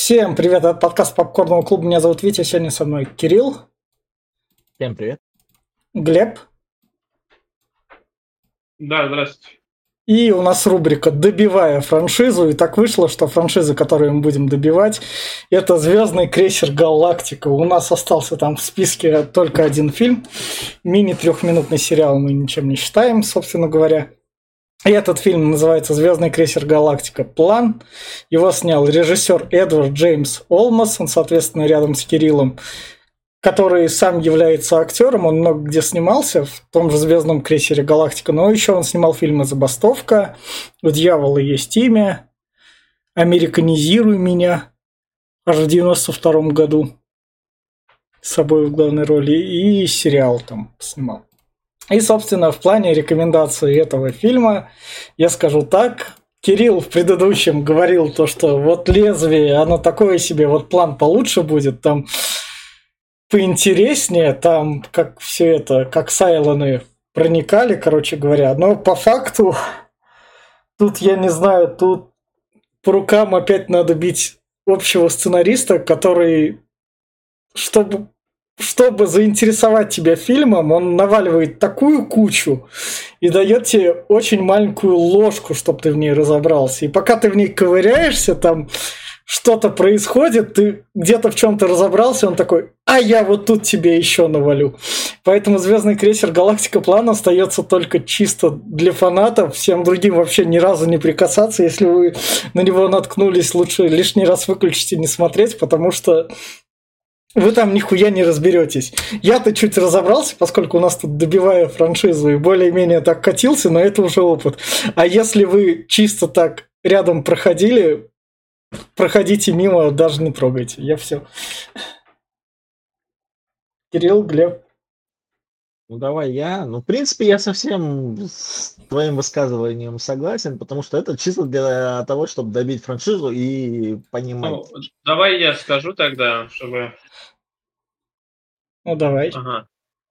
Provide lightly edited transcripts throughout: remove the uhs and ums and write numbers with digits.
Всем привет, это подкаст Попкорного клуба. Меня зовут Витя, сегодня со мной Кирилл. Всем привет. Глеб. Да, здравствуйте. И у нас рубрика «Добивая франшизу». И так вышло, что франшиза, которую мы будем добивать, это «Звездный крейсер Галактика». У нас остался там в списке только один фильм. Мини-трехминутный сериал мы ничем не считаем, собственно говоря. И этот фильм называется «Звездный крейсер Галактика. План». Его снял режиссер Эдвард Джеймс Олмос. Он, соответственно, рядом с Кириллом, который сам является актером, он много где снимался, в том же «Звездном крейсере Галактика», но еще он снимал фильмы «Забастовка», «У дьявола есть имя», «Американизируй меня», аж в 92-м году с собой в главной роли, и сериал там снимал. И, собственно, в плане рекомендации этого фильма я скажу так. Кирилл в предыдущем говорил то, что вот «Лезвие», оно такое себе, вот план получше будет, там поинтереснее, там как все это, как Сайлоны проникали, короче говоря. Но по факту, тут я не знаю, тут по рукам опять надо бить общего сценариста, который, чтобы заинтересовать тебя фильмом, он наваливает такую кучу и дает тебе очень маленькую ложку, чтобы ты в ней разобрался. И пока ты в ней ковыряешься, там что-то происходит, ты где-то в чем-то разобрался, он такой: а я вот тут тебе еще навалю. Поэтому «Звездный крейсер Галактика. План» остается только чисто для фанатов, всем другим вообще ни разу не прикасаться. Если вы на него наткнулись, лучше лишний раз выключить и не смотреть, потому что вы там нихуя не разберетесь. Я-то чуть разобрался, поскольку у нас тут добивая франшизу и более-менее так катился, но это уже опыт. А если вы чисто так рядом проходили, проходите мимо, даже не трогайте. Я все. Кирилл, Глеб. Ну, давай я. Ну, в принципе, я совсем с твоим высказыванием согласен, потому что это чисто для того, чтобы добить франшизу и понимать. Ну, давай я скажу тогда, чтобы... Ну, давай. Ага.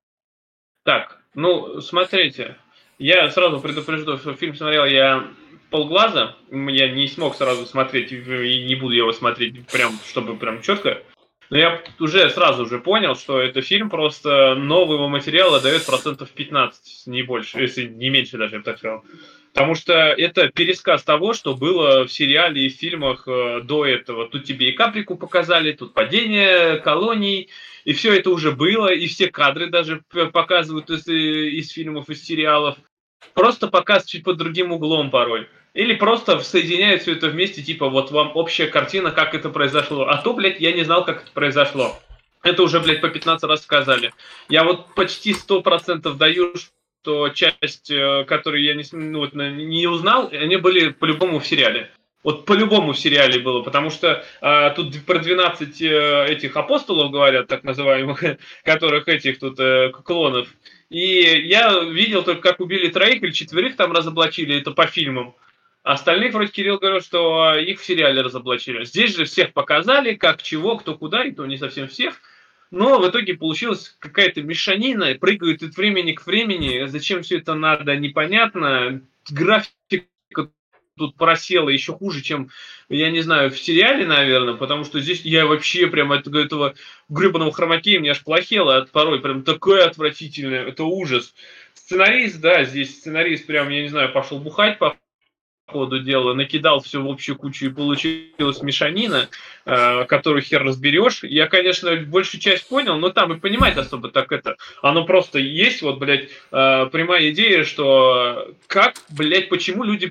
Так, ну, смотрите. Я сразу предупрежду, что фильм смотрел я полглаза. Я не смог сразу смотреть, и не буду его смотреть прям, чтобы прям четко. Но я уже сразу же понял, что это фильм просто нового материала дает процентов 15, не больше, если не меньше даже, я бы так сказал. Потому что это пересказ того, что было в сериале и в фильмах до этого. Тут тебе и Каприку показали, тут падение колоний, и все это уже было, и все кадры даже показывают из фильмов, из сериалов. Просто показывают чуть под другим углом порой. Или просто соединяют все это вместе, типа, вот вам общая картина, как это произошло. А то, блядь, я не знал, как это произошло. Это уже, блядь, по 15 раз сказали. Я вот почти 100% даю, что часть, которую я не узнал, они были по-любому в сериале. Вот по-любому в сериале было, потому что тут про 12 этих апостолов говорят, так называемых, которых этих тут клонов. И я видел только, как убили 3 или 4 там разоблачили, это по фильмам. А остальных, вроде Кирилл говорил, что их в сериале разоблачили. Здесь же всех показали, как, чего, кто куда, и то не совсем всех. Но в итоге получилась какая-то мешанина, прыгают от времени к времени. Зачем все это надо, непонятно. Графика тут просела еще хуже, чем, я не знаю, в сериале, наверное, потому что здесь я вообще прям от этого гребаного хромакея мне аж плохело от порой, прям такое отвратительное, это ужас. Сценарист, да, здесь сценарист прям, я не знаю, пошел бухать по ходу дела, накидал все в общую кучу и получилась мешанина, которую хер разберешь. Я, конечно, большую часть понял, но там и понимать особо так это. Оно просто есть, вот, блядь, прямая идея, что как, блядь, почему люди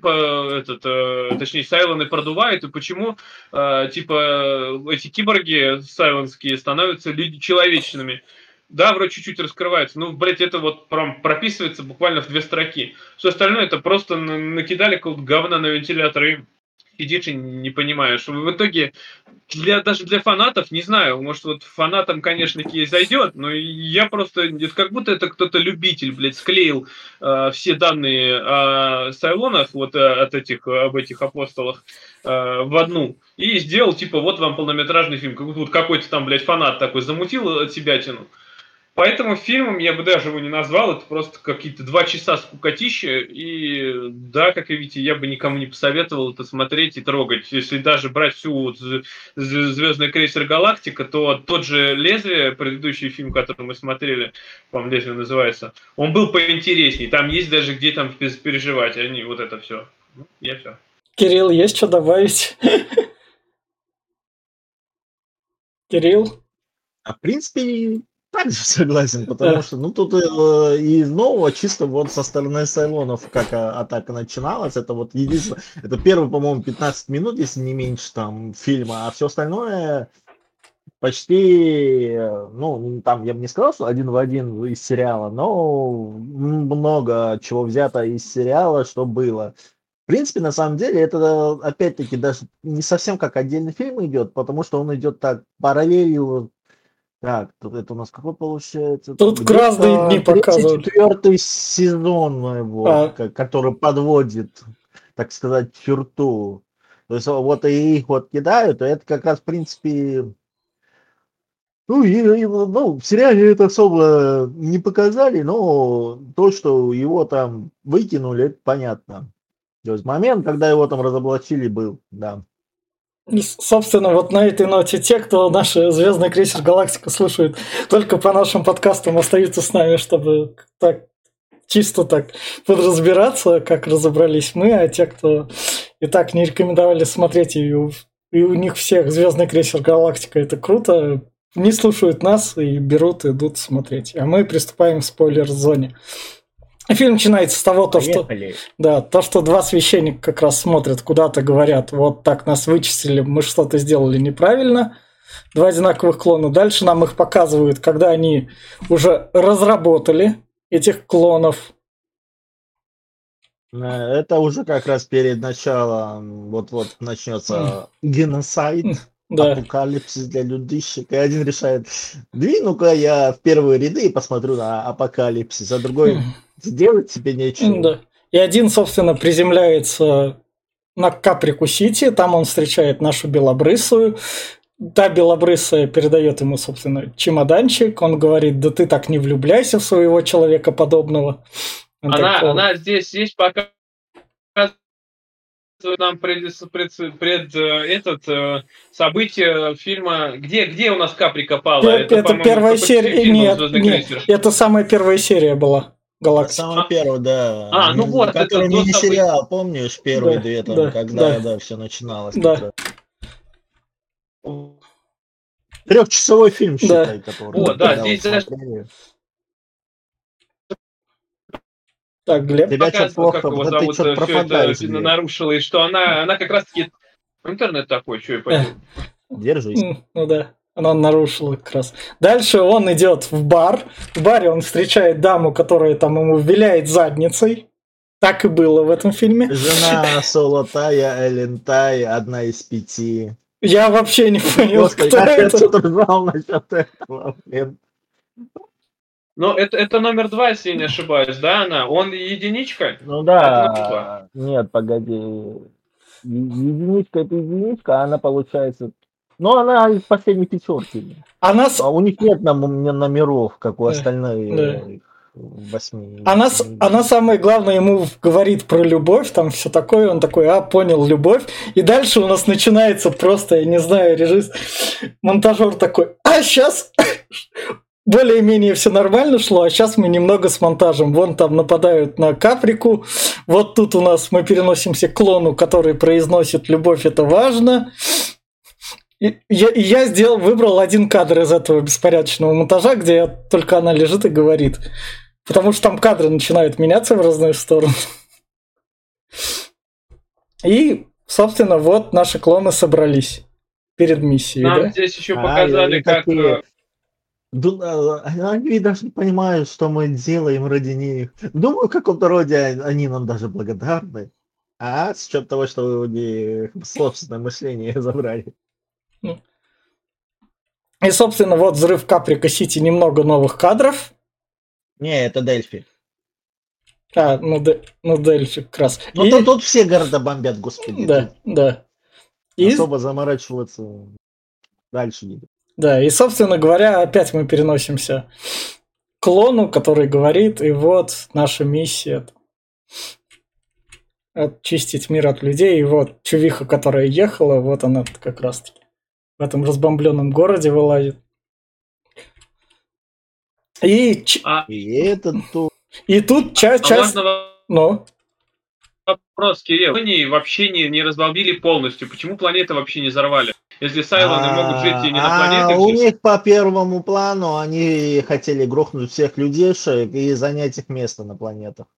точнее, Сайлоны продувают, и почему, типа, эти киборги сайлонские становятся люди человечными. Да, вроде чуть-чуть раскрывается. Ну, блядь, это вот прям прописывается буквально в 2 строки. Все остальное это просто накидали какого-то говна на вентилятор и сидишь и не понимаешь. В итоге, даже для фанатов, не знаю, может, вот фанатам, конечно, зайдет, но я просто, это как будто это кто-то любитель, блядь, склеил все данные о Сайлонах, вот об этих апостолах, в одну, и сделал, типа, вот вам полнометражный фильм. Как будто вот какой-то там, блядь, фанат такой замутил от себя тяну. Поэтому фильмом я бы даже его не назвал, это просто какие-то 2 часа скукотища, и да, как вы видите, я бы никому не посоветовал это смотреть и трогать. Если даже брать всю вот «Звездный крейсер Галактика», то тот же «Лезвие», предыдущий фильм, который мы смотрели, по-моему, «Лезвие» называется, он был поинтереснее, там есть даже где там переживать, а не вот это все. Я все. Кирилл, есть что добавить? Кирилл? В принципе, также согласен, потому что, ну, тут из нового, чисто вот со стороны Сайлонов, как атака начиналась, это вот единственное, это первый, по-моему, 15 минут, если не меньше, там, фильма, а все остальное почти, ну, там, я бы не сказал, что один в один из сериала, но много чего взято из сериала, что было. В принципе, на самом деле, это, опять-таки, даже не совсем как отдельный фильм идет, потому что он идет так параллелью. Так, тут это у нас какой получается? Тут разные дни показывают. Четвертый сезон его, А. который подводит, так сказать, черту. То есть вот и их вот кидают, и это как раз, в принципе, ну, ну, в сериале это особо не показали, но то, что его там выкинули, это понятно. То есть момент, когда его там разоблачили, был, да. И, собственно, вот на этой ноте те, кто наш «Звездный крейсер Галактика» слушает только по нашим подкастам, остаются с нами, чтобы так чисто так подразбираться, как разобрались мы, а те, кто и так не рекомендовали смотреть, и у них всех «Звездный крейсер Галактика» это круто, не слушают нас и берут, идут смотреть. А мы приступаем к спойлер-зоне. Фильм начинается с того, что 2 священника как раз смотрят куда-то, говорят, вот так нас вычислили, мы что-то сделали неправильно. 2 одинаковых клона. Дальше нам их показывают, когда они уже разработали этих клонов. Это уже как раз перед началом, вот-вот начнется геноцид. Да. Апокалипсис для людишек. И один решает, двину-ка я в первые ряды и посмотрю на апокалипсис, а другой сделать себе нечего. Да. И один, собственно, приземляется на Каприку-Сити, там он встречает нашу белобрысую. Та белобрысая передает ему, собственно, чемоданчик. Он говорит, да ты так не влюбляйся в своего человека подобного. Она здесь пока нам событие фильма. Где у нас Каприка пала? Это первая серия. Нет, это самая первая серия была. Галактика. Самая первая, да. Ну вот. Который мини-сериал, помнишь, первые 2, там, когда все начиналось. Да. 3-часовой фильм, считай, который. Вот, да, здесь даже... Так, Глеб. Тебя что плохо, как его зовут, все это нарушило, и что она как раз-таки... Интернет такой, что я пойду. Держись. Ну да, она нарушила как раз. Дальше он идет в бар. В баре он встречает даму, которая там ему виляет задницей. Так и было в этом фильме. Жена Соло Тая, Эллен Тай, одна из 5. Я вообще не понял, Господи, кто это. Я что-то знал насчет этого, блин. Ну, это номер 2, если я не ошибаюсь, да, она? Он единичка? Ну да. Нет, погоди. Единичка это единичка, а она получается... Ну, она из последней 5. А у них нет номеров, как у остальных 8. Она самое главное ему говорит про любовь, там все такое, он такой, понял, любовь. И дальше у нас начинается просто, я не знаю, монтажер такой, сейчас... Более-менее все нормально шло, а сейчас мы немного с монтажем. Вон там нападают на Каприку. Вот тут у нас мы переносимся к клону, который произносит «любовь – это важно». И я выбрал один кадр из этого беспорядочного монтажа, где только она лежит и говорит. Потому что там кадры начинают меняться в разные стороны. И, собственно, вот наши клоны собрались перед миссией. Нам здесь еще показали, как... Они даже не понимают, что мы делаем ради них. Думаю, в каком-то роде они нам даже благодарны. С учетом того, что у них собственное мышление забрали. И, собственно, вот взрыв Каприка-Сити, немного новых кадров. Не, это Дельфи. Дельфи как раз. Ну, тут все города бомбят, господи. Да. Особо заморачиваться дальше не. Да, и, собственно говоря, опять мы переносимся клону, который говорит, и вот наша миссия очистить мир от людей, и вот чувиха, которая ехала, вот она как раз-таки в этом разбомбленном городе вылазит. И тут часть... Ну? Вопрос, Кирилл. Они вообще не разбомбили полностью. Почему планеты вообще не взорвали? Если Сайлоны могут жить и не на планете... У них по первому плану они хотели грохнуть всех людейшек и занять их место на планетах.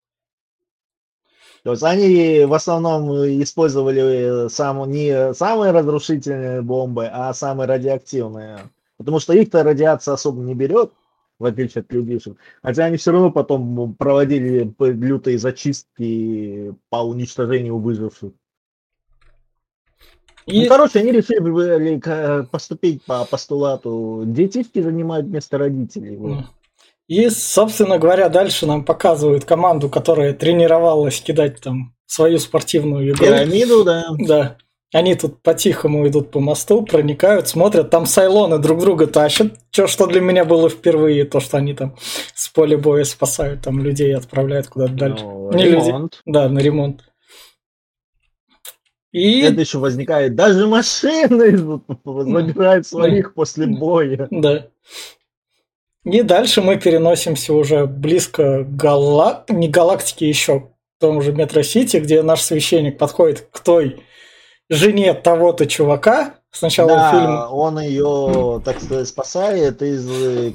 То есть они в основном использовали не самые разрушительные бомбы, а самые радиоактивные. Потому что их-то радиация особо не берет, в отличие от людейших. Хотя они все равно потом проводили лютые зачистки по уничтожению выживших. Ну, короче, они решили поступить по постулату. Детишки занимают место родителей. Вот. И, собственно говоря, дальше нам показывают команду, которая тренировалась кидать там свою спортивную игру. Пирамиду, да. Да. Они тут по-тихому идут по мосту, проникают, смотрят, там сайлоны друг друга тащат, что для меня было впервые, то, что они там с поля боя спасают там людей, отправляют куда-то дальше. Не ремонт. Люди. Да, на ремонт. И... Это еще возникает, даже машины забирают своих после боя. Да. И дальше мы переносимся уже близко к не галактике еще, к тому же Метро-Сити, где наш священник подходит к той жене того-то чувака с начала фильма. Он ее, так сказать, спасает и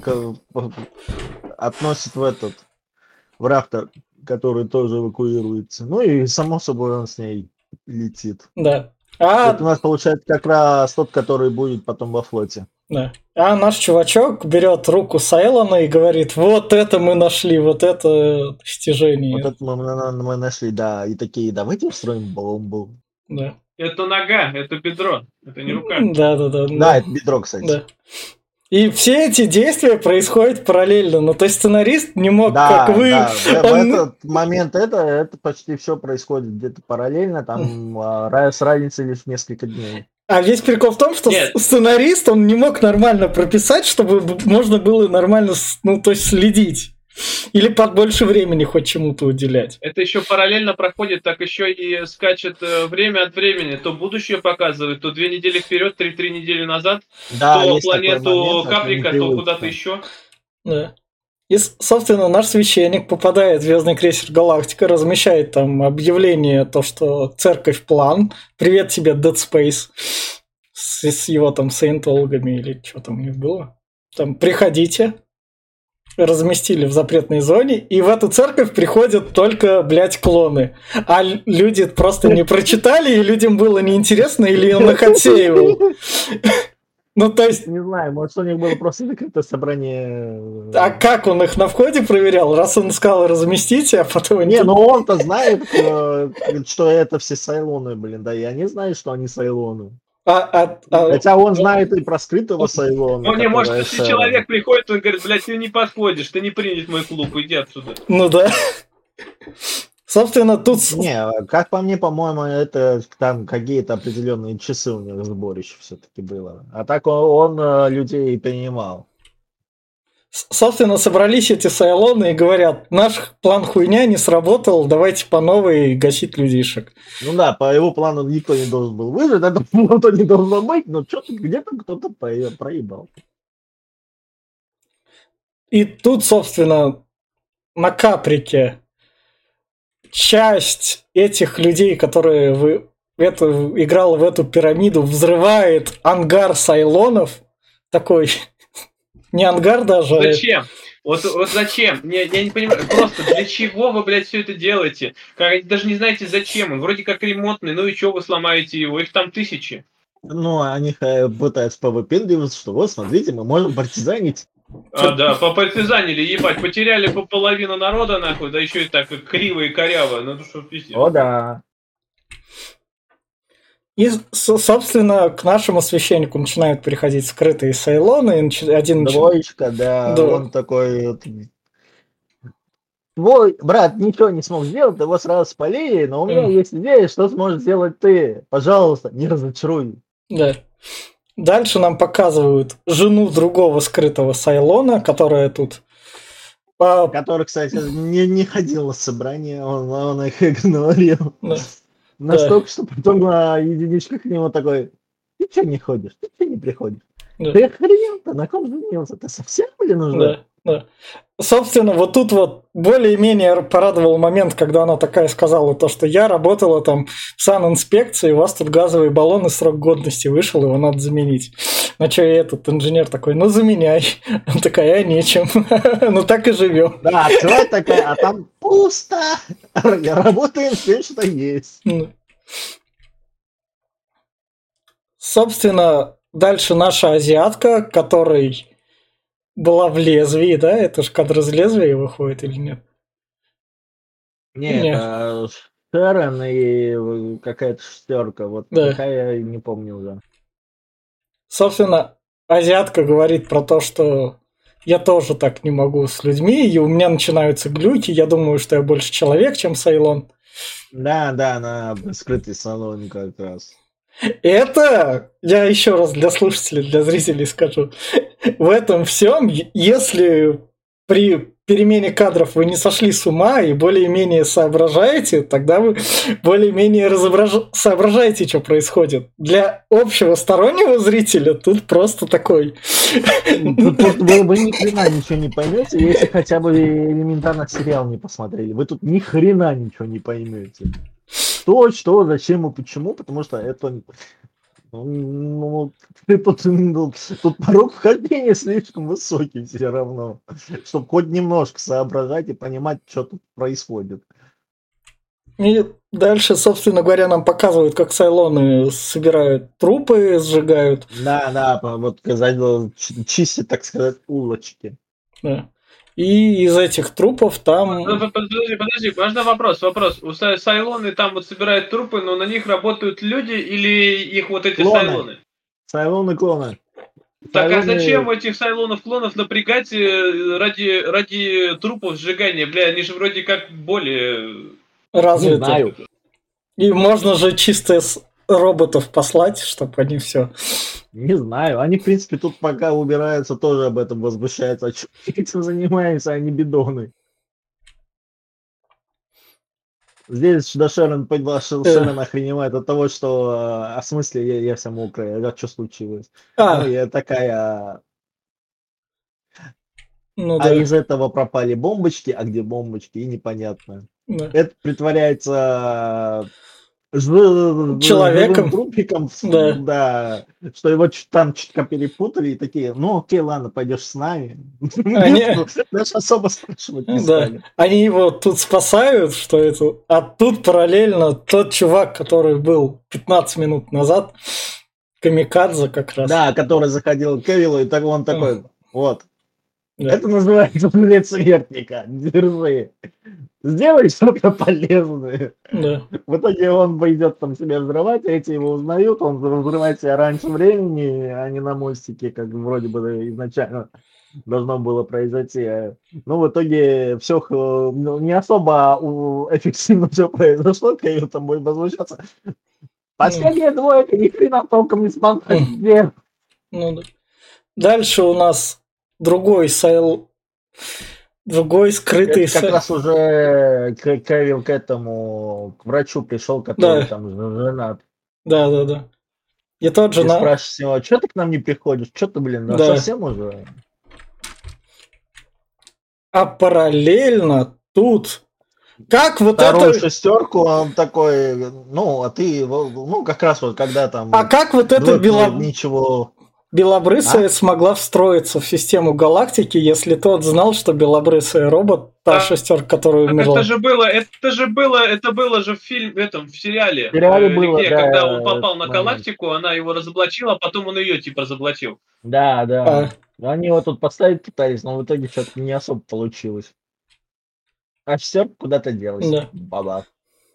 относит в реактор, который тоже эвакуируется. Ну и само собой он с ней летит. Да. Это у нас получается как раз тот, который будет потом во флоте. Да. А наш чувачок берет руку Сайлона и говорит: вот это мы нашли, вот это достижение. Вот это мы нашли, да. И такие, давайте устроим бомбу. Да. Это нога, это бедро, это не рука. Да. Да, это бедро, кстати. Да. И все эти действия происходят параллельно. Ну, то есть сценарист не мог, да, как вы... Да, в этот момент это почти все происходит где-то параллельно, там с разницей лишь несколько дней. А весь прикол в том, что сценарист, он не мог нормально прописать, чтобы можно было нормально, следить. Или под больше времени хоть чему-то уделять. Это еще параллельно проходит, так еще и скачет время от времени. То будущее показывает, то 2 недели вперед, 3 недели назад, да, то планету Каприка, то куда-то еще. Да. И, собственно, наш священник попадает в звездный крейсер Галактика, размещает там объявление, то, что церковь план. Привет тебе, Dead Space. С его там саентологами или что там у них было. Там приходите. Разместили в запретной зоне, и в эту церковь приходят только, клоны. А люди просто не прочитали, и людям было неинтересно, или он их отсеивал. Ну, то есть... Не знаю, может, у них было просто закрытое собрание... А как он их на входе проверял? Раз он сказал разместите, а потом... Не, ну он-то знает, что это все сайлоны, да, и они знают, что они сайлоны. Хотя он знает и про скрытого Сайлона. Ну, не, может, если человек приходит, он говорит: блядь, ты не подходишь, ты не принят в мой клуб, иди отсюда. Ну да. Собственно, тут... Не, как по мне, по-моему, это там какие-то определенные часы у них сборище все-таки было. А так он людей принимал. Собственно, собрались эти сайлоны и говорят: наш план хуйня, не сработал, давайте по новой гасить людишек. Ну да, по его плану никто не должен был выжить, это плато не должно быть, но что-то где-то кто-то проебал. И тут, собственно, на Каприке часть этих людей, которые играла в эту пирамиду, взрывает ангар сайлонов. Такой... Не ангар даже. Зачем? Вот зачем? Я не понимаю. Просто для чего вы, блядь, все это делаете? Даже не знаете, зачем. Он вроде как ремонтный, ну и что вы сломаете его? Их там 1000. Ну, они пытаются повыпендриваться, что вот, смотрите, мы можем партизанить. Да, попартизанили, ебать. Потеряли половину народа, нахуй, да еще и так криво и коряво. Ну, что пиздец. О, да. И, собственно, к нашему священнику начинают приходить скрытые сайлоны. Двоечка, да. Он такой... Твой брат ничего не смог сделать, его сразу спалили, но у меня есть идея, что сможешь сделать ты. Пожалуйста, не разочаруй. Да. Дальше нам показывают жену другого скрытого сайлона, которая тут Который, кстати, не ходил на собрание, он их игнорил. Да. Настолько, что потом единичка к нему такой: ты что не ходишь, ты что не приходишь? Да. Ты охренел-то, на ком женился? Ты совсем, блин, уже? Да, да. Собственно, вот тут вот более-менее порадовал момент, когда она такая сказала, то, что я работала там в санинспекции, у вас тут газовые баллоны, срок годности вышел, его надо заменить. На что и этот инженер такой: ну заменяй. Она такая: а нечем. Ну так и живем. Да, открывает такая, а там пусто. Работаем все, что есть. Собственно, дальше наша азиатка, которой была в лезвии, да? Это же кадр из лезвия выходит или нет? Нет, это Шерон и какая-то шестерка. Вот Да. какая, я не помню уже. Собственно, азиатка говорит про то, что я тоже так не могу с людьми, и у меня начинаются глюки, я думаю, что я больше человек, чем Сайлон. Да, на скрытый салон как раз. Это, я еще раз для слушателей, для зрителей скажу, в этом всем, если при перемене кадров вы не сошли с ума и более-менее соображаете, тогда вы более-менее соображаете, что происходит. Для общего стороннего зрителя тут просто такой... Тут вы ни хрена ничего не поймете, если хотя бы элементарно сериал не посмотрели. Вы тут ни хрена ничего не поймете. Что, зачем и почему, потому что это... тут порог вхождения слишком высокий все равно, чтобы хоть немножко соображать и понимать, что тут происходит. И дальше, собственно говоря, нам показывают, как Сайлоны собирают трупы, сжигают. Да, вот чистят, так сказать, улочки. Да. И из этих трупов там... Подожди, можно вопрос. У Сайлоны там вот собирают трупы, но на них работают люди или их вот эти клоны. Сайлоны? Сайлоны-клоны. Так а зачем этих Сайлонов-клонов напрягать ради трупов сжигания? Бля, они же вроде как более... Развиты. Не знаю. И можно же чисто роботов послать, чтобы они все... Не знаю. Они, в принципе, тут пока убираются, тоже об этом возмущаются. А что этим занимаются, они бидоны? Здесь Шерон охреневает от того, что... в смысле, я вся мокрая. А что случилось? Ну, я такая... да. Из этого пропали бомбочки, а где бомбочки, и непонятно. Да. Это притворяется... человеком, трупиком, да, что его там чутка перепутали и такие: ну окей, ладно, пойдешь с нами. Даже особо спрашивать не стали. Они его тут спасают, что это, а тут параллельно тот чувак, который был 15 минут назад, Камикадзе как раз. Да, который заходил к Кевиллу, и так он такой: вот. Да. Это называется привет смертника. Держи. Сделай что-то полезное. Да. В итоге он пойдет там себя взрывать, эти его узнают, он взрывает себя раньше времени, а не на мостике, как вроде бы изначально должно было произойти. Ну, в итоге все не особо эффективно все произошло, Кевилл там будет возмущаться. Последняя двойка ни хрена толком не смогла сделать. Ну, да. Дальше у нас другой скрытый... Это как раз уже Кевилл к этому, к врачу пришел, который там женат. Да. И тот же... спрашиваешь его: что ты к нам не приходишь? Что ты, блин, совсем уже? А параллельно тут... Как вот вторую шестерку, он такой: ну, а ты, ну, как раз вот когда там... А как вот это ничего... Белобрысая смогла встроиться в систему галактики, если тот знал, что белобрысая робот, та шестерка, которая умерла. Это было же в сериале. Было, где, когда он попал на галактику, она его разоблачила, а потом он ее типа разоблачил. Да. Они его тут поставить пытались, но в итоге что-то не особо получилось. А шестерка куда-то делась. Да. Баба.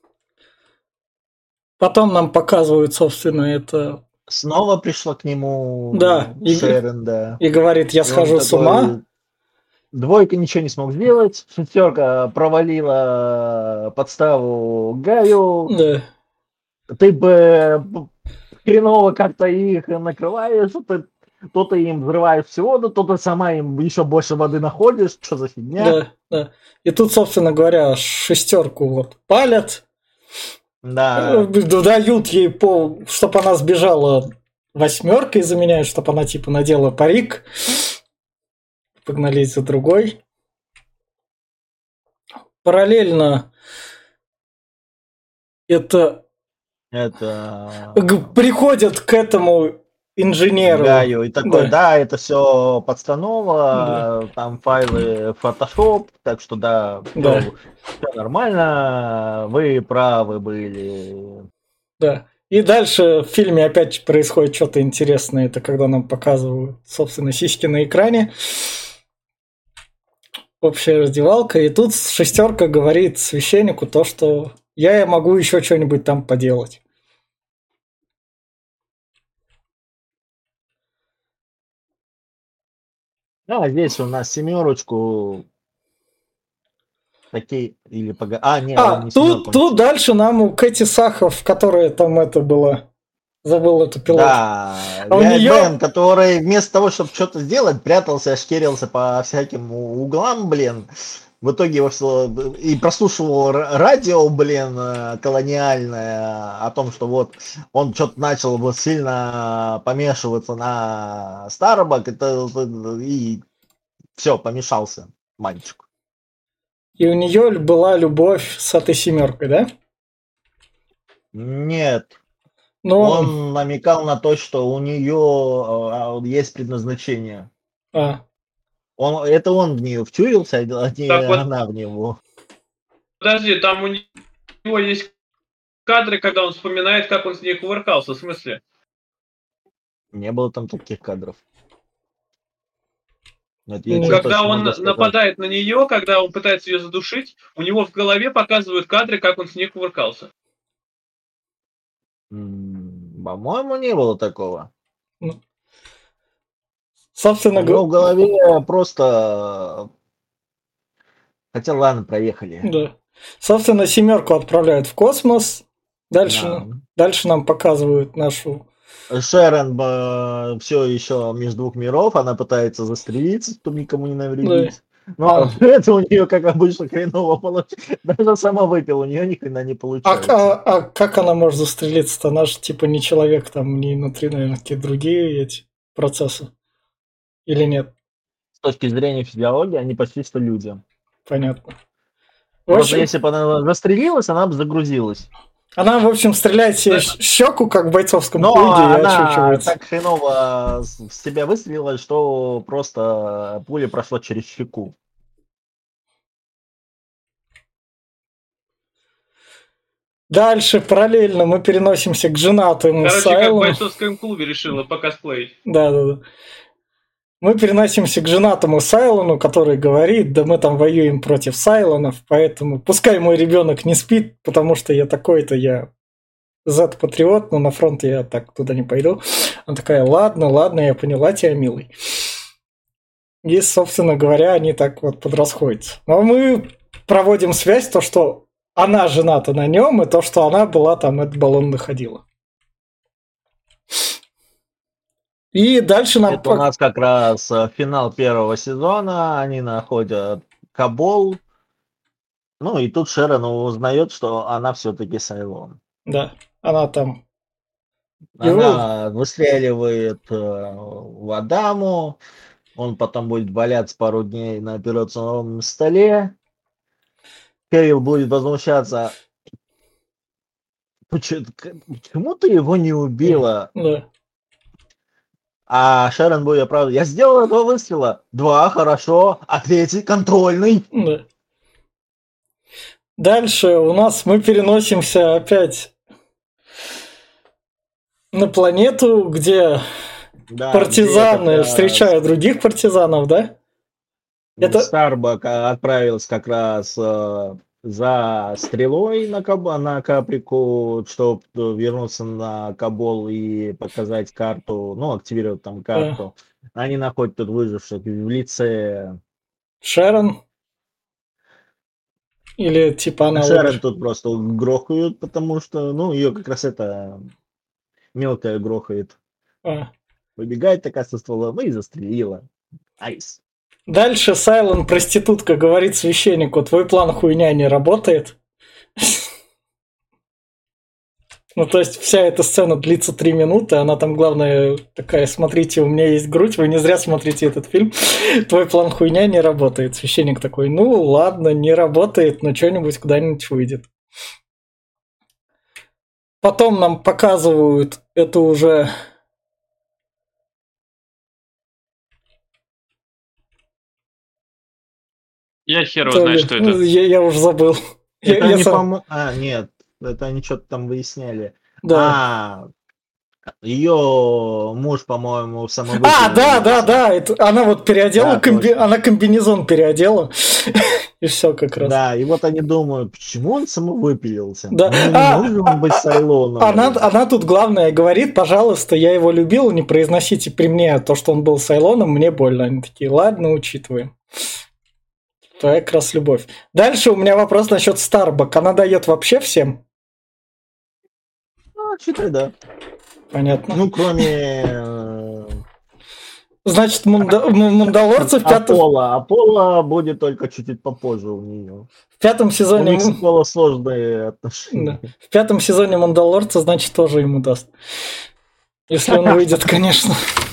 Потом нам показывают, собственно, это... Снова пришла к нему Шерон, да. И говорит: я схожу с ума. Двойка ничего не смог сделать. Шестерка провалила подставу Гаю. Да. Ты бы хреново как-то их накрываешь. то ты им взрываешь всего, то ты сама им еще больше воды находишь, что за фигня. Да, да. И тут, собственно говоря, шестерку вот палят, Да. дают ей чтобы она сбежала, восьмеркой заменяют, чтобы она типа надела парик, погнались за другой. Параллельно это приходят к этому инженеру. Гаю и такой, Да. это все подстанова, Да. там файлы Photoshop, так что Да. все нормально, вы правы были. Да. И дальше в фильме опять происходит что-то интересное. Это когда нам показывают, собственно, сиськи на экране. Общая раздевалка. И тут шестерка говорит священнику то, что я могу еще что-нибудь там поделать. Здесь у нас семерочку такие или нет, он не семерку. Тут дальше нам у Кэти Сахов, которая там это была, забыл эту пилотку. Да, у нее... Бен, который вместо того, чтобы что-то сделать, прятался, шкерился по всяким углам, В итоге его и прослушивал радио, колониальное, о том, что вот он что-то начал сильно помешиваться на Starbucks, и все, помешался мальчик. И у нее была любовь с этой семеркой, да? Нет. Но... Он намекал на то, что у нее есть предназначение. Это он в нее втюрился, а не она в него. Подожди, там у него есть кадры, когда он вспоминает, как он с ней кувыркался, в смысле? Не было там таких кадров. Когда он нападает на нее, когда он пытается ее задушить, у него в голове показывают кадры, как он с ней кувыркался. По-моему, не было такого. Собственно говоря, в голове просто... Хотя, ладно, проехали. Да. Собственно, семерку отправляют в космос. Дальше нам показывают нашу... Шерон все еще между двух миров, она пытается застрелиться, чтобы никому не навредить. Да. Но это у нее, как обычно, хреново получается. Даже сама выпила, у нее ни хрена не получается. А как она может застрелиться-то? Она же типа не человек, там не внутри, наверное, какие-то другие эти процессы. Или нет? С точки зрения физиологии, они почти что люди. Понятно. Просто если бы она застрелилась, она бы загрузилась. Она, в общем, стреляет себе в щеку, как в бойцовском клубе, но она так хреново в себя выстрелила, что просто пуля прошла через щеку. Дальше параллельно мы переносимся к женатому Сайлону. Как в бойцовском клубе решила покосплеить. Да. Мы переносимся к женатому Сайлону, который говорит, да мы там воюем против Сайлонов, поэтому пускай мой ребенок не спит, потому что я такой-то, я Z-патриот, но на фронт я так туда не пойду. Она такая, ладно, я поняла тебя, милый. И, собственно говоря, они так вот подрасходятся. Но мы проводим связь, то, что она жената на нем, и то, что она была там, этот баллон находила. И дальше нам... Это у нас как раз финал первого сезона, они находят Кабол, и тут Шерон узнает, что она все-таки Сайлон. Да, она там... Она выстреливает в Адаму, он потом будет валяться пару дней на операционном столе. Кэрил будет возмущаться, почему ты его не убила? Да. А Шерон будет оправдывать, я сделала 2 выстрела. 2, хорошо, а 3 контрольный. Да. Дальше у нас мы переносимся опять на планету, где партизаны встречают других партизанов, да? Старбак отправился как раз за стрелой на Каприку, чтобы вернуться на Кабол и показать карту, активировать там карту. Они находят тут выживших в лице Шерон. Или типа она... Шерон тут просто грохают, потому что, ее как раз это мелкая грохает. Выбегает такая со стволом и застрелила. Айс. Дальше Сайлон, проститутка, говорит священнику: твой план хуйня, не работает. Ну, то есть вся эта сцена длится 3 минуты, она там, главное, такая: смотрите, у меня есть грудь, вы не зря смотрите этот фильм, твой план хуйня, не работает. Священник такой: ну, ладно, не работает, но что-нибудь куда-нибудь выйдет. Потом нам показывают это уже... Я хер его знаю, что это. Я уже забыл. Это не по-моему... нет, это они что-то там выясняли. Да. Ее муж, по-моему, самовыпил. Да. Это, она вот переодела, она комбинезон переодела. И все как раз. Да, и вот они думают, почему он самовыпилился? Да. Не может он быть Сайлоном. Она тут главное говорит: пожалуйста, я его любил, не произносите при мне то, что он был Сайлоном, мне больно. Они такие: ладно, учитываем. Твоя как раз любовь. Дальше у меня вопрос насчет Старбак. Она дает вообще всем? Считай, да. Понятно. Ну, кроме... Значит, Мандалорцы в пятом... Аполло будет только чуть-чуть попозже у нее. В 5 сезоне... У них с Аполло сложные отношения. Да. В 5 сезоне Мандалорца, значит, тоже ему даст. Если он выйдет, конечно.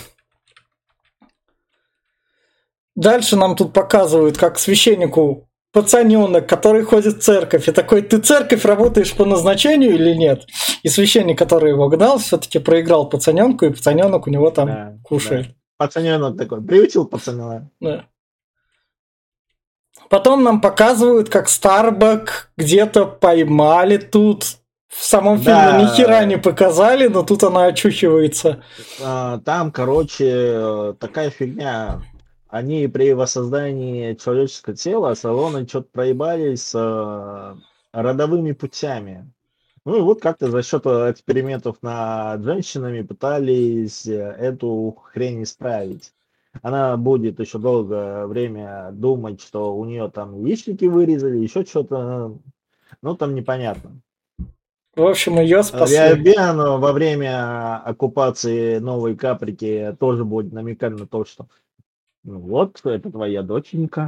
Дальше нам тут показывают, как священнику пацаненок, который ходит в церковь, и такой: ты церковь работаешь по назначению или нет? И священник, который его гнал, все-таки проиграл пацаненку, и пацаненок у него там кушает. Да. Пацаненок такой, приучил пацана. Да. Потом нам показывают, как Старбак где-то поймали тут. В самом фильме ни хера не показали, но тут она очухивается. Там, короче, такая фигня. Они при воссоздании человеческого тела Сайлоны что-то проебались с родовыми путями. Ну и вот как-то за счет экспериментов над женщинами пытались эту хрень исправить. Она будет еще долгое время думать, что у нее там яичники вырезали, еще что-то. Ну там непонятно. В общем, ее спасли. Виабиан во время оккупации Новой Каприки тоже будет намекать на то, что ну вот, это твоя доченька.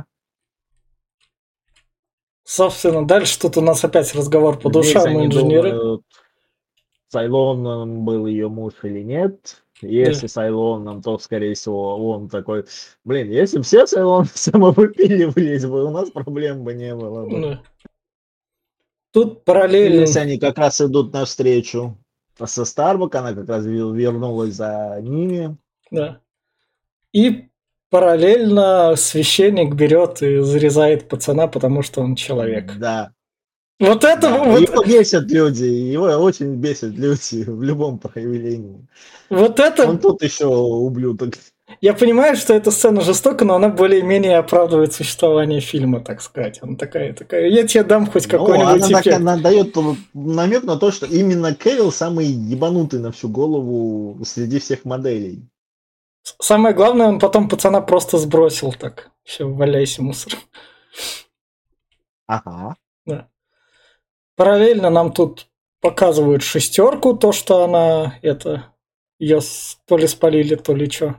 Собственно, дальше тут у нас опять разговор по душам инженеры. Думают, Сайлоном был ее муж или нет. Если Сайлоном, то, скорее всего, он такой: блин, если все Сайлоны самовыпиливались бы, у нас проблем бы не было бы. Да. Тут параллельно... Если они как раз идут навстречу со Старбак, она как раз вернулась за ними. Да. И параллельно священник берет и зарезает пацана, потому что он человек. Да. Вот это... Да. Вот... Его бесят люди, его очень бесят люди в любом проявлении. Вот это... Он тут еще ублюдок. Я понимаю, что эта сцена жестока, но она более-менее оправдывает существование фильма, так сказать. Она такая, я тебе дам хоть какой-нибудь эффект. Она дает намек на то, что именно Кевилл самый ебанутый на всю голову среди всех моделей. Самое главное, он потом пацана просто сбросил так. Все, валяйся, мусор. Ага. Да. Параллельно нам тут показывают шестерку, то, что она, ее то ли спалили, то ли что.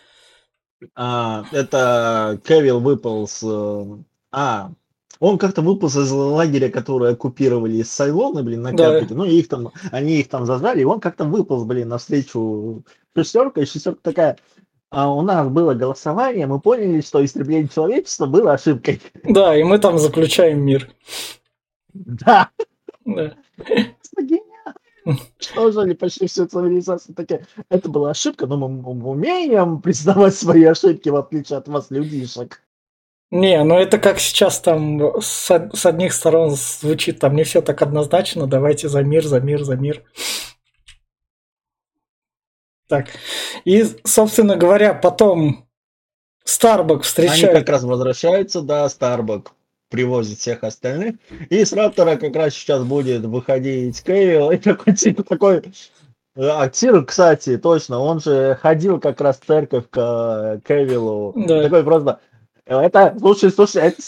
Это Кевилл выпал с... он как-то выполз из лагеря, который оккупировали из Сайлона, на Каприке. Ну, и они их там зажали, и он как-то выполз, навстречу шестерка, и шестерка такая: у нас было голосование, мы поняли, что истребление человечества было ошибкой. Да, и мы там заключаем мир. Да. Да. Что же, почти всю цивилизацию такая: это была ошибка, но мы умеем признавать свои ошибки, в отличие от вас, людишек. Не, ну это как сейчас там с одних сторон звучит, там не все так однозначно, давайте за мир, за мир, за мир. Так, и, собственно говоря, потом Старбак встречает... Они как раз возвращаются, да, Старбак привозит всех остальных, и с Раптора как раз сейчас будет выходить Кевилл, и такой... Тир, кстати, точно, он же ходил как раз в церковь к Кевиллу. Да. Такой просто: слушай, это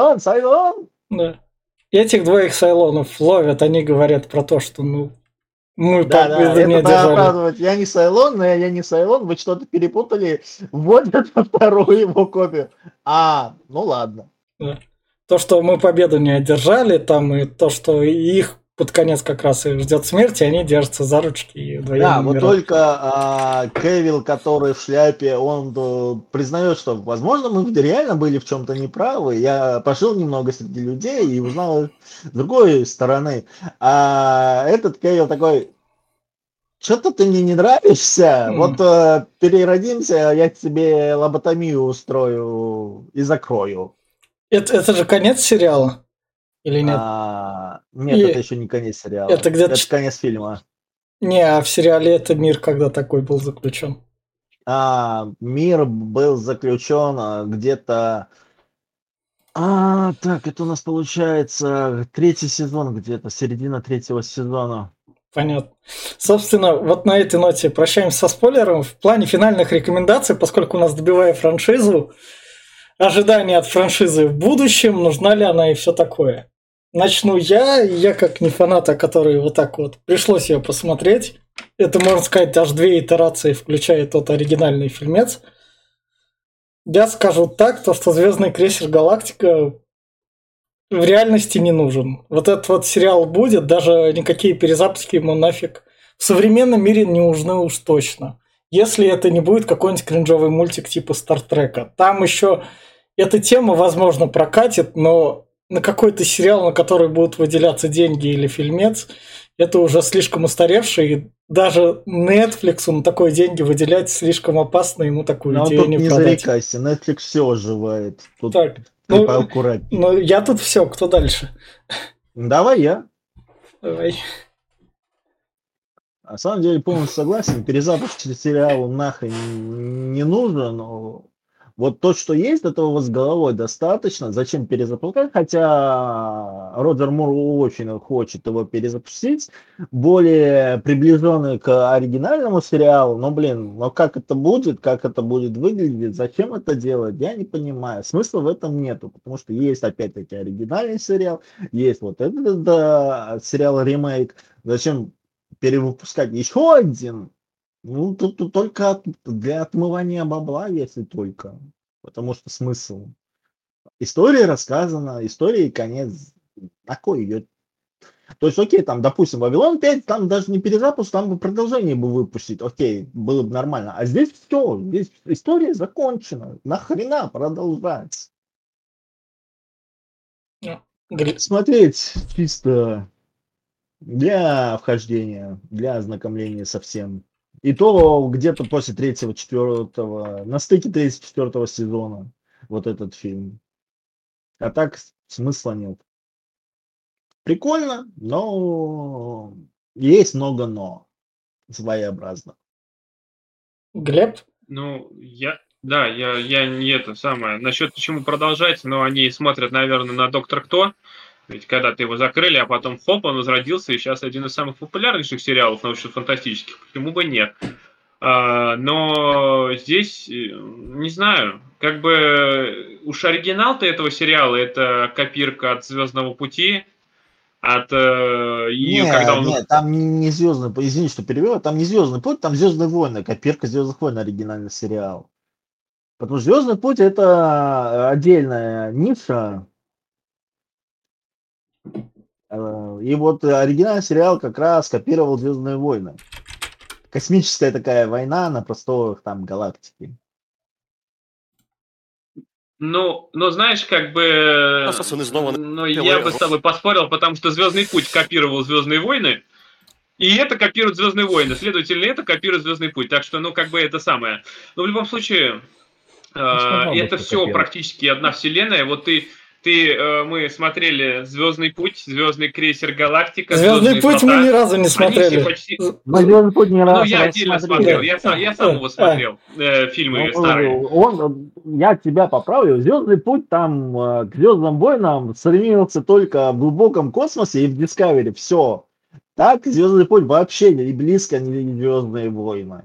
Сайлон. Да. И этих двоих Сайлонов ловят, они говорят про то, что, Мы Да, это не надо держали. оправдывать. Я не Сайлон, но я не Сайлон, вы что-то перепутали, вводят вторую его копию. Ну ладно. Да. То, что мы победу не одержали, там и то, что их под конец как раз и ждет смерти, они держатся за ручки и вдвоем Да, вот умирают. только Кевилл, который в шляпе, он признает, что, возможно, мы реально были в чем-то неправы. Я пожил немного среди людей и узнал с другой стороны. А этот Кевилл такой, что-то ты мне не нравишься, вот переродимся, я тебе лоботомию устрою и закрою. Это же конец сериала? Или нет? Нет, это И еще не конец сериала, это где-то... это конец фильма. Не, а в сериале это мир когда такой был заключен? Мир был заключен где-то... так, это у нас получается третий сезон где-то, середина третьего сезона. Понятно. Собственно, вот на этой ноте прощаемся со спойлером. В плане финальных рекомендаций, поскольку у нас добивая франшизу, ожидания от франшизы в будущем, нужна ли она и все такое. Начну я как не фаната, который вот так вот пришлось ее посмотреть. Это, можно сказать, аж 2 итерации, включая тот оригинальный фильмец. Я скажу так, то что «Звездный крейсер Галактика» в реальности не нужен. Вот этот вот сериал будет, даже никакие перезапуски ему нафиг в современном мире не нужны уж точно. Если это не будет какой-нибудь кринжовый мультик типа Стартрека. Там еще эта тема, возможно, прокатит, но на какой-то сериал, на который будут выделяться деньги или фильмец, это уже слишком устаревший. И даже Netflix на такое деньги выделять слишком опасно, ему такую Но идею тут не не продать. зарекайся, Netflix все оживает. Тут Так, ты поаккуратнее. ну я тут все, кто дальше? Давай я. Давай. На самом деле полностью согласен, перезапуск сериала нахрен не нужен, но вот то, что есть, этого вот с головой достаточно. Зачем перезапускать? Хотя Роджер Мур очень хочет его перезапустить, более приближенный к оригинальному сериалу. Но, но как это будет выглядеть, зачем это делать, я не понимаю. Смысла в этом нету, потому что есть опять-таки оригинальный сериал, есть вот этот сериал ремейк. Зачем перевыпускать еще один? Ну, тут только для отмывания бабла, если только. Потому что смысл. История рассказана, истории конец. Такой ее. То есть, окей, там, допустим, Вавилон 5, там даже не перезапуск, там бы продолжение бы выпустить. Окей, было бы нормально. А здесь все, здесь история закончена. Нахрена продолжать? Смотреть чисто для вхождения, для ознакомления со всем. И то где-то после третьего, четвертого, на стыке третьего, четвертого сезона вот этот фильм. А так смысла нет. Прикольно, но есть много но. Своеобразно. Глеб? Ну, я не это самое. Насчет почему продолжать, но они смотрят, наверное, на «Доктор Кто». Ведь когда-то его закрыли, а потом хоп, он возродился, и сейчас один из самых популярнейших сериалов научно-фантастических. Почему бы нет? Но здесь, не знаю, как бы уж оригинал-то этого сериала, это копирка от «Звездного пути», Нет, там не Звездный путь, извини, что перевел, там не Звездный путь, там Звездные войны, копирка Звездных войн, оригинальный сериал. Потому что Звездный путь это отдельная ниша. И вот оригинальный сериал как раз копировал Звездные войны. Космическая такая война на просторах там галактики. Ну, знаешь, как бы... Но я бы с тобой поспорил, потому что «Звездный путь» копировал «Звездные войны», и это копирует «Звездные войны». Следовательно, это копирует «Звездный путь». Так что, как бы это самое. Но в любом случае, это все практически одна вселенная. Вот мы смотрели «Звездный путь», «Звездный крейсер Галактика», «Звездный путь» мы ни разу не смотрели. Почти... «Звездный путь» ни разу я отдельно смотрел. Я сам его смотрел. Фильмы старые. Я тебя поправлю. «Звездный путь» там к «Звездным войнам» стремился только в глубоком космосе и в Discovery. Все. Так «Звездный путь» вообще не близко не «Звездные войны».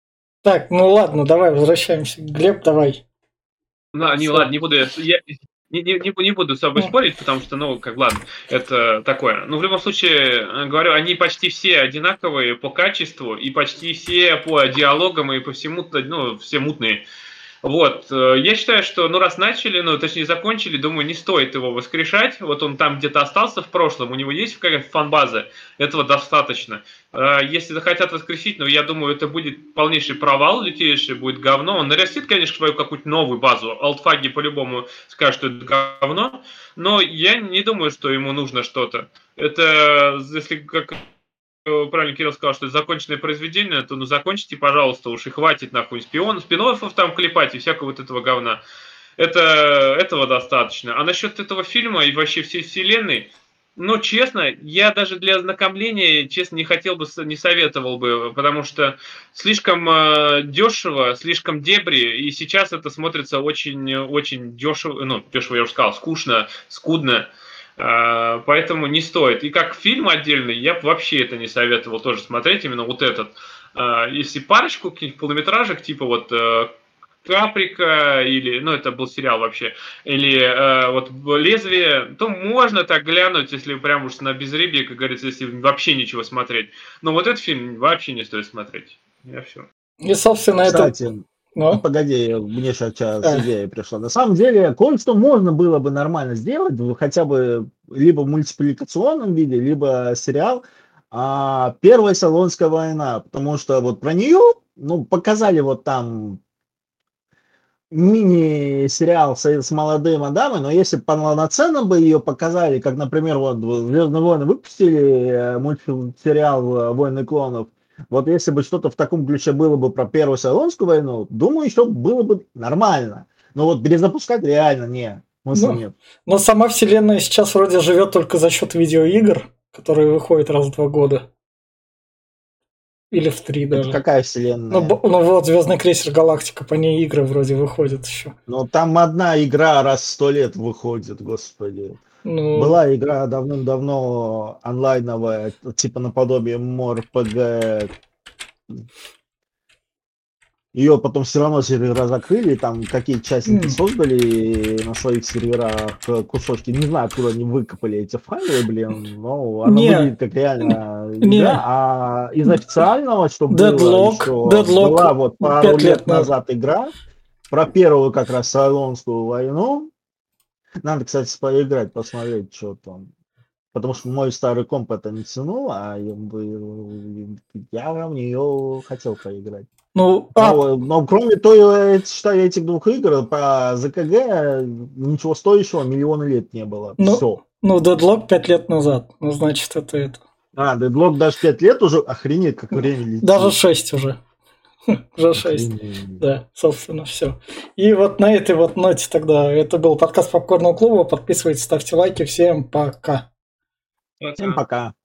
Так, ну ладно, давай возвращаемся. Глеб, давай. Ладно, не буду. не буду с собой спорить, потому что, ладно, это такое. В любом случае, говорю, они почти все одинаковые по качеству, и почти все по диалогам, и по всему, все мутные. Вот, я считаю, что, раз начали, точнее закончили, думаю, не стоит его воскрешать. Вот он там где-то остался в прошлом, у него есть какая-то фан-база, этого достаточно. Если захотят воскресить, я думаю, это будет полнейший провал, лютейший будет говно. Он нарастит, конечно, свою какую-то новую базу. Олдфаги по-любому скажут, что это говно, но я не думаю, что ему нужно что-то. Это, если как правильно Кирилл сказал, что это законченное произведение, то закончите, пожалуйста, уж и хватит нахуй спин-оффов там клепать и всякого вот этого говна. Этого достаточно. А насчет этого фильма и вообще всей вселенной, честно, я даже для ознакомления, честно, не хотел бы, не советовал бы, потому что слишком дешево, слишком дебри, и сейчас это смотрится очень дешево, дешево я уже сказал, скучно, скудно. Поэтому не стоит. И как фильм отдельный, я бы вообще это не советовал тоже смотреть, именно вот этот. Если парочку каких-нибудь полнометражек, типа вот Каприка, или, это был сериал вообще, или вот Лезвие, то можно так глянуть, если прям уж на безрыбье, как говорится, если вообще ничего смотреть. Но вот этот фильм вообще не стоит смотреть. Я все. И, собственно, Кстати, это... Погоди, мне сейчас идея пришла. На самом деле, кое-что можно было бы нормально сделать, хотя бы либо в мультипликационном виде, либо сериал. Первая Салонская война, потому что вот про нее, показали вот там мини-сериал с молодым Адамой, но если полноценно бы ее показали, как, например, вот «Звездные войны» выпустили мультсериал «Войны клонов», вот если бы что-то в таком ключе было бы про Первую Салонскую войну, думаю, еще было бы нормально. Но вот перезапускать реально нет. Но сама вселенная сейчас вроде живет только за счет видеоигр, которые выходят раз в 2 года. Или в 3 даже. Это какая вселенная? Вот «Звездный крейсер Галактика», по ней игры вроде выходят еще. Но там одна игра раз в 100 лет выходит, господи. Была игра давным-давно онлайновая, типа наподобие МОРПГ. Ее потом все равно сервера закрыли, там какие частники создали на своих серверах кусочки. Не знаю, откуда они выкопали эти файлы, но она выглядит как реально игра. А из официального, что было еще, была вот пару лет назад игра про первую как раз Салонскую войну. Надо, кстати, поиграть, посмотреть, что там. Потому что мой старый комп это не тянул, а я в нее хотел поиграть. Но кроме того, считаю, этих двух игр по ЗКГ ничего стоящего миллионы лет не было. Все. Deadlock 5 лет назад. Значит, это. Deadlock даже 5 лет уже, охренеть, как время летит. Даже 6 уже. Уже 6. Да, собственно, все. И вот на этой вот ноте тогда это был подкаст Попкорного клуба. Подписывайтесь, ставьте лайки. Всем пока. Всем пока.